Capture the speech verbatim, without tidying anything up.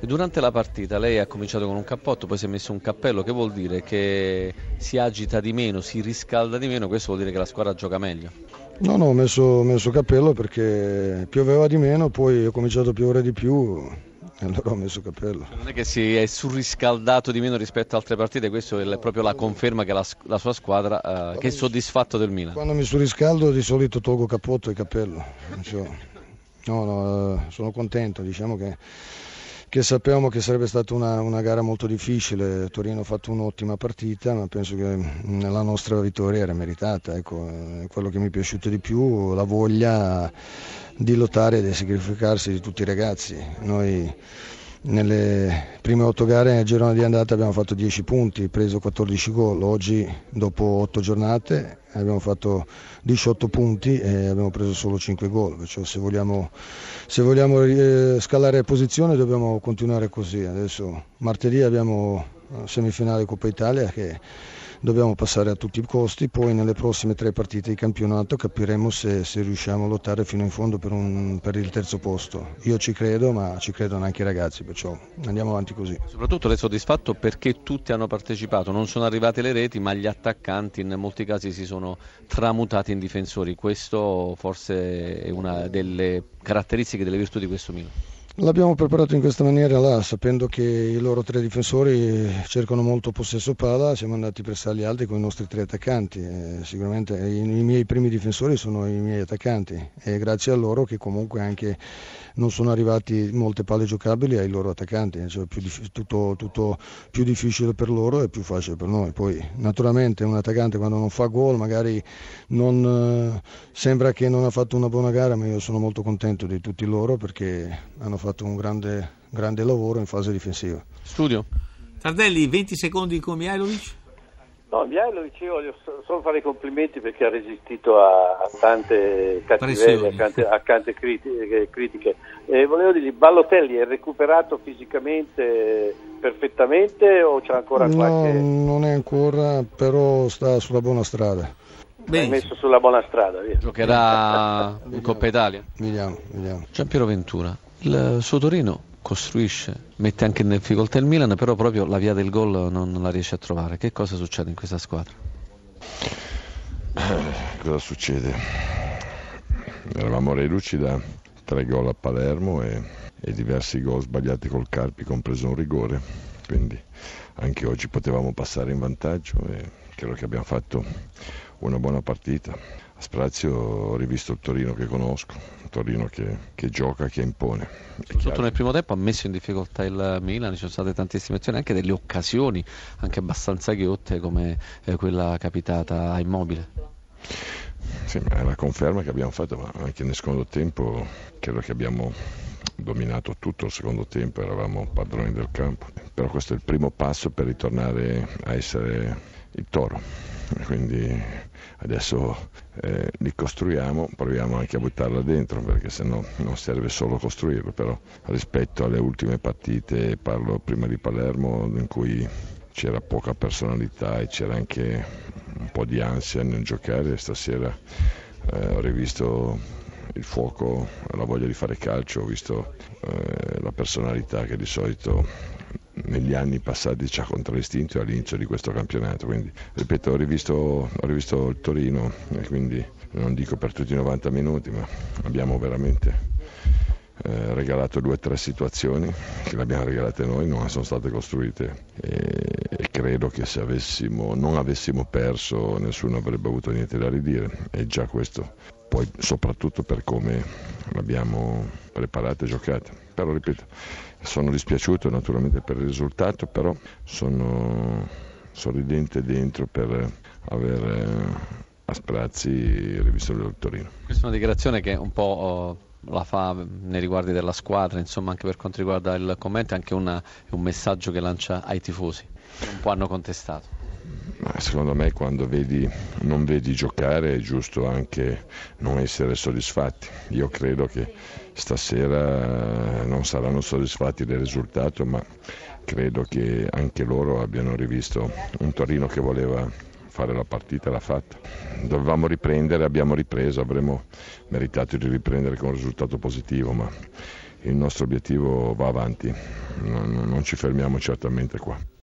E durante la partita lei ha cominciato con un cappotto, poi si è messo un cappello, che vuol dire che si agita di meno, si riscalda di meno, questo vuol dire che la squadra gioca meglio. No, no, ho messo, ho messo cappello perché pioveva di meno, poi è cominciato a piovere di più e allora ho messo cappello. Non è che si è surriscaldato di meno rispetto a altre partite, questo è proprio la conferma che la, la sua squadra eh, che è soddisfatto del Milan. Quando mi surriscaldo di solito tolgo cappotto e cappello. No, no, sono contento, diciamo che, che sapevamo che sarebbe stata una, una gara molto difficile. Torino ha fatto un'ottima partita, ma penso che la nostra vittoria era meritata. Ecco, è quello che mi è piaciuto di più, la voglia di lottare e di sacrificarsi di tutti i ragazzi. Noi nelle prime otto gare nel girone di andata abbiamo fatto dieci punti, preso quattordici gol. Oggi, dopo otto giornate, abbiamo fatto diciotto punti e abbiamo preso solo cinque gol. Perciò se vogliamo, se vogliamo eh, scalare posizione dobbiamo continuare così. Adesso martedì abbiamo semifinale Coppa Italia che dobbiamo passare a tutti i costi, poi nelle prossime tre partite di campionato capiremo se, se riusciamo a lottare fino in fondo per, un, per il terzo posto. Io ci credo, ma ci credono anche i ragazzi, perciò andiamo avanti così. Soprattutto lei è soddisfatto perché tutti hanno partecipato, non sono arrivate le reti, ma gli attaccanti in molti casi si sono tramutati in difensori. Questo forse è una delle caratteristiche, delle virtù di questo Milan. L'abbiamo preparato in questa maniera là, sapendo che i loro tre difensori cercano molto possesso palla, siamo andati per starli alti con i nostri tre attaccanti. E sicuramente i, i miei primi difensori sono i miei attaccanti e grazie a loro che comunque anche non sono arrivati molte palle giocabili ai loro attaccanti, cioè più dif- tutto, tutto più difficile per loro e più facile per noi. Poi naturalmente un attaccante quando non fa gol magari non, eh, sembra che non ha fatto una buona gara, ma io sono molto contento di tutti loro perché hanno fatto un grande, grande lavoro in fase difensiva. Studio. Tardelli, venti secondi con Mihajlovic? No, Mihajlovic io voglio solo fare i complimenti perché ha resistito a, a tante cattiverie, a tante, a tante critiche, critiche. E volevo dirgli, Balotelli è recuperato fisicamente perfettamente o c'è ancora qualche... No, non è ancora, però sta sulla buona strada. Hai messo sulla buona strada, via. Giocherà in Coppa Italia. Vediamo, vediamo. Giampiero Ventura, il suo Torino costruisce, mette anche in difficoltà il Milan, però proprio la via del gol non, non la riesce a trovare. Che cosa succede in questa squadra? Eh, cosa succede? Eravamo reduci da tre gol a Palermo e, e diversi gol sbagliati col Carpi, compreso un rigore, quindi anche oggi potevamo passare in vantaggio e credo che abbiamo fatto una buona partita. A Sprazio ho rivisto il Torino che conosco, un Torino che, che gioca, che impone. Soprattutto nel primo tempo ha messo in difficoltà il Milan, ci sono state tantissime azioni, anche delle occasioni anche abbastanza ghiotte come eh, quella capitata a Immobile. Sì, ma è la conferma che abbiamo fatto, ma anche nel secondo tempo credo che abbiamo dominato tutto il secondo tempo, eravamo padroni del campo, però questo è il primo passo per ritornare a essere il Toro, quindi adesso eh, li costruiamo, proviamo anche a buttarla dentro perché sennò non serve solo costruirlo, però rispetto alle ultime partite, parlo prima di Palermo in cui c'era poca personalità e c'era anche un po' di ansia nel giocare, stasera eh, ho rivisto il fuoco, la voglia di fare calcio, ho visto eh, la personalità che di solito negli anni passati ci ha contraddistinto all'inizio di questo campionato, quindi ripeto ho rivisto, ho rivisto il Torino e quindi non dico per tutti i novanta minuti, ma abbiamo veramente eh, regalato due o tre situazioni che le abbiamo regalate noi, non sono state costruite e, e credo che se avessimo, non avessimo perso nessuno avrebbe avuto niente da ridire e già questo, poi soprattutto per come l'abbiamo preparata e giocata, però ripeto sono dispiaciuto naturalmente per il risultato, però sono sorridente dentro per aver a sprazzi rivisto il Torino. Questa è una dichiarazione che un po' la fa nei riguardi della squadra, insomma anche per quanto riguarda il commento, è anche una, un messaggio che lancia ai tifosi, che un po' hanno contestato. Ma secondo me quando vedi, non vedi giocare è giusto anche non essere soddisfatti. Io credo che stasera non saranno soddisfatti del risultato, ma credo che anche loro abbiano rivisto un Torino che voleva fare la partita, l'ha fatta. Dovevamo riprendere, abbiamo ripreso, avremmo meritato di riprendere con un risultato positivo, ma il nostro obiettivo va avanti, non, non ci fermiamo certamente qua.